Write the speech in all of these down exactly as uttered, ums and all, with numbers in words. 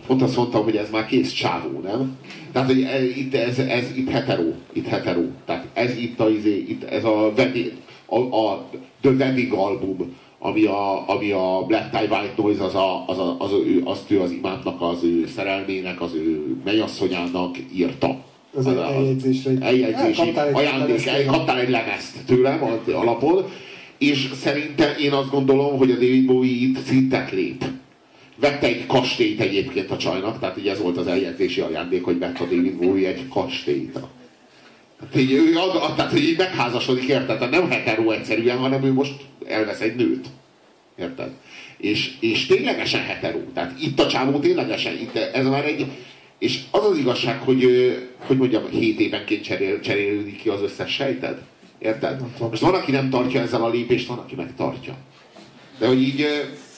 pont azt mondtam, hogy ez már kész csávó, nem? Tehát, hogy ez, itt, ez, ez itt hetero, itt hetero. Tehát ez itt, a, itt ez a, a, a The Wedding album, ami a, ami a Black Tie White Noise, az, a, az, a, az ő, azt ő az imámnak, az ő szerelmének, az ő mennyasszonyának írta. Az, az eljegyzésre. Eljegyzési ajándék, kaptál egy lemezt tőlem az alapon, és szerintem én azt gondolom, hogy a David Bowie itt szintet lép. Vette egy kastélyt egyébként a csajnak, tehát így ez volt az eljegyzési ajándék, hogy vett a David Bowie egy kastélyt. Tehát így, ő, tehát, hogy így megházasodik, érted? Tehát nem hetero egyszerűen, hanem ő most elvesz egy nőt. Érted? És, és ténylegesen hetero. Tehát itt a csávó ténylegesen, itt ez már egy... És az az igazság, hogy, hogy mondjam, hét évenként cserél, cserélődik ki az összes sejted. Érted? Most van, aki nem tartja ezzel a lépést, van, aki megtartja. De hogy így...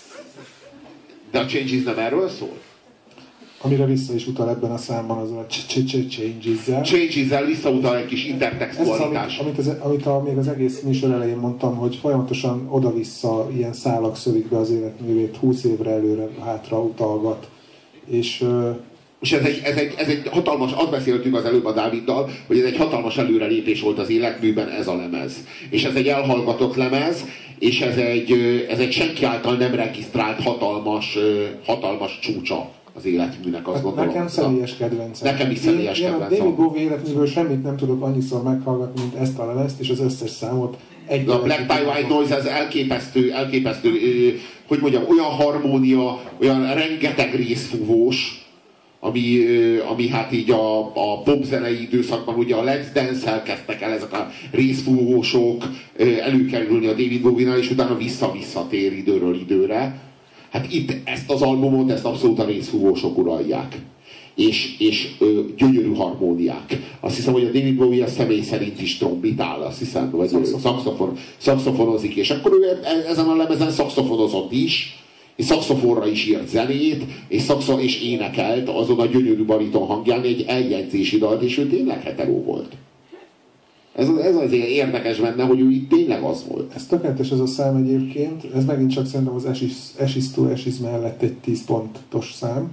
De a Changes nem erről szól? Amire vissza is utal ebben a számban, az a Changes-zel. Changes-zel visszautal egy kis intertextualitás. Ez az, amit, amit a, még az egész műsor elején mondtam, hogy folyamatosan oda-vissza ilyen szálak szövik be az életművét, húsz évre előre-hátra utalgat. És... És ez egy, ez, egy, ez egy hatalmas, azt beszéltünk az előbb a Dáviddal, hogy ez egy hatalmas előrelépés volt az életműben ez a lemez. És ez egy elhallgatott lemez, és ez egy, ez egy senki által nem regisztrált hatalmas, hatalmas csúcsa az életműnek, azt gondolom. Nekem személyes kedvencem. Nekem is személyes én, kedvencem. Én a David Bowie életműből semmit nem tudok annyiszor meghallgatni, mint ezt a lemezt, és az összes számot. Egy a Black Tie White Noise, ez elképesztő, elképesztő, hogy mondjam, olyan harmónia, olyan rengeteg részfúvós, Ami, ami hát így a, a popzenei időszakban ugye a Let's Dance-el kezdtek el ezek a részfúvósok előkerülni a David Bowie-nál, és utána vissza-visszatér időről időre. Hát itt ezt az albumot, ezt abszolút a részfúvósok uralják. És, és ö, gyönyörű harmóniák. Azt hiszem, hogy a David Bowie a személy szerint is trombitál, azt hiszem, vagy szaxofon, szaxofonozik, és akkor ő ezen a lemezen szaxofonozott is, és szaxofonra is írt zenét, és, szaxo- és énekelt azon a gyönyörű bariton hangján egy eljegyzési dalt, és ő tényleg hetero volt. Ez, ez azért érdekes benne, hogy ő itt tényleg az volt. Ez tökéletes ez a szám egyébként, ez megint csak szerintem az Ashes to Ashes mellett egy tíz pontos szám.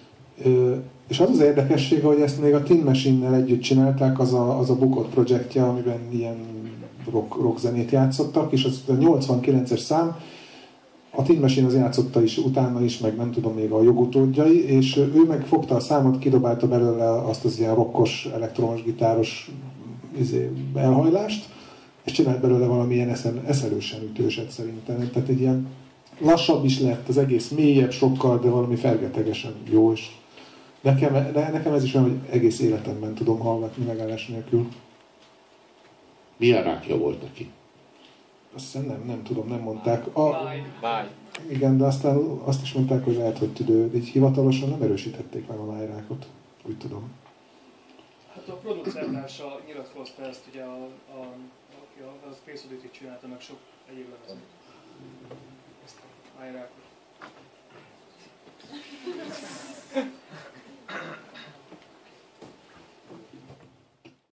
És az az érdekessége, hogy ezt még a Tin Machine-nel együtt csinálták, az a, az a bukott projektje, amiben ilyen rock, rock zenét játszottak, és az a nyolcvankilences szám, a Tin Machine az játszotta is, utána is, meg nem tudom még a jogutódjai, és ő meg fogta a számot, kidobálta belőle azt az ilyen rockos, elektromos, gitáros izé, elhajlást, és csinált belőle valamilyen eszel, eszelősen ütőset szerintem. Tehát egy ilyen lassabb is lett, az egész mélyebb sokkal, de valami fergetegesen jó, és nekem, de nekem ez is olyan, hogy egész életemben tudom hallgatni megállás nélkül. Milyen rákja volt neki? Azt hiszem nem, nem tudom, nem mondták. A, igen, de aztán azt is mondták, hogy lehet, hogy tüdő, így hivatalosan nem erősítették meg a májrákot, úgy tudom. Hát a producertársa nyilatkozta ezt, ugye a, a, a, a Space Oddity csinálta meg sok egyéb lemezet. Ezt a májrákot.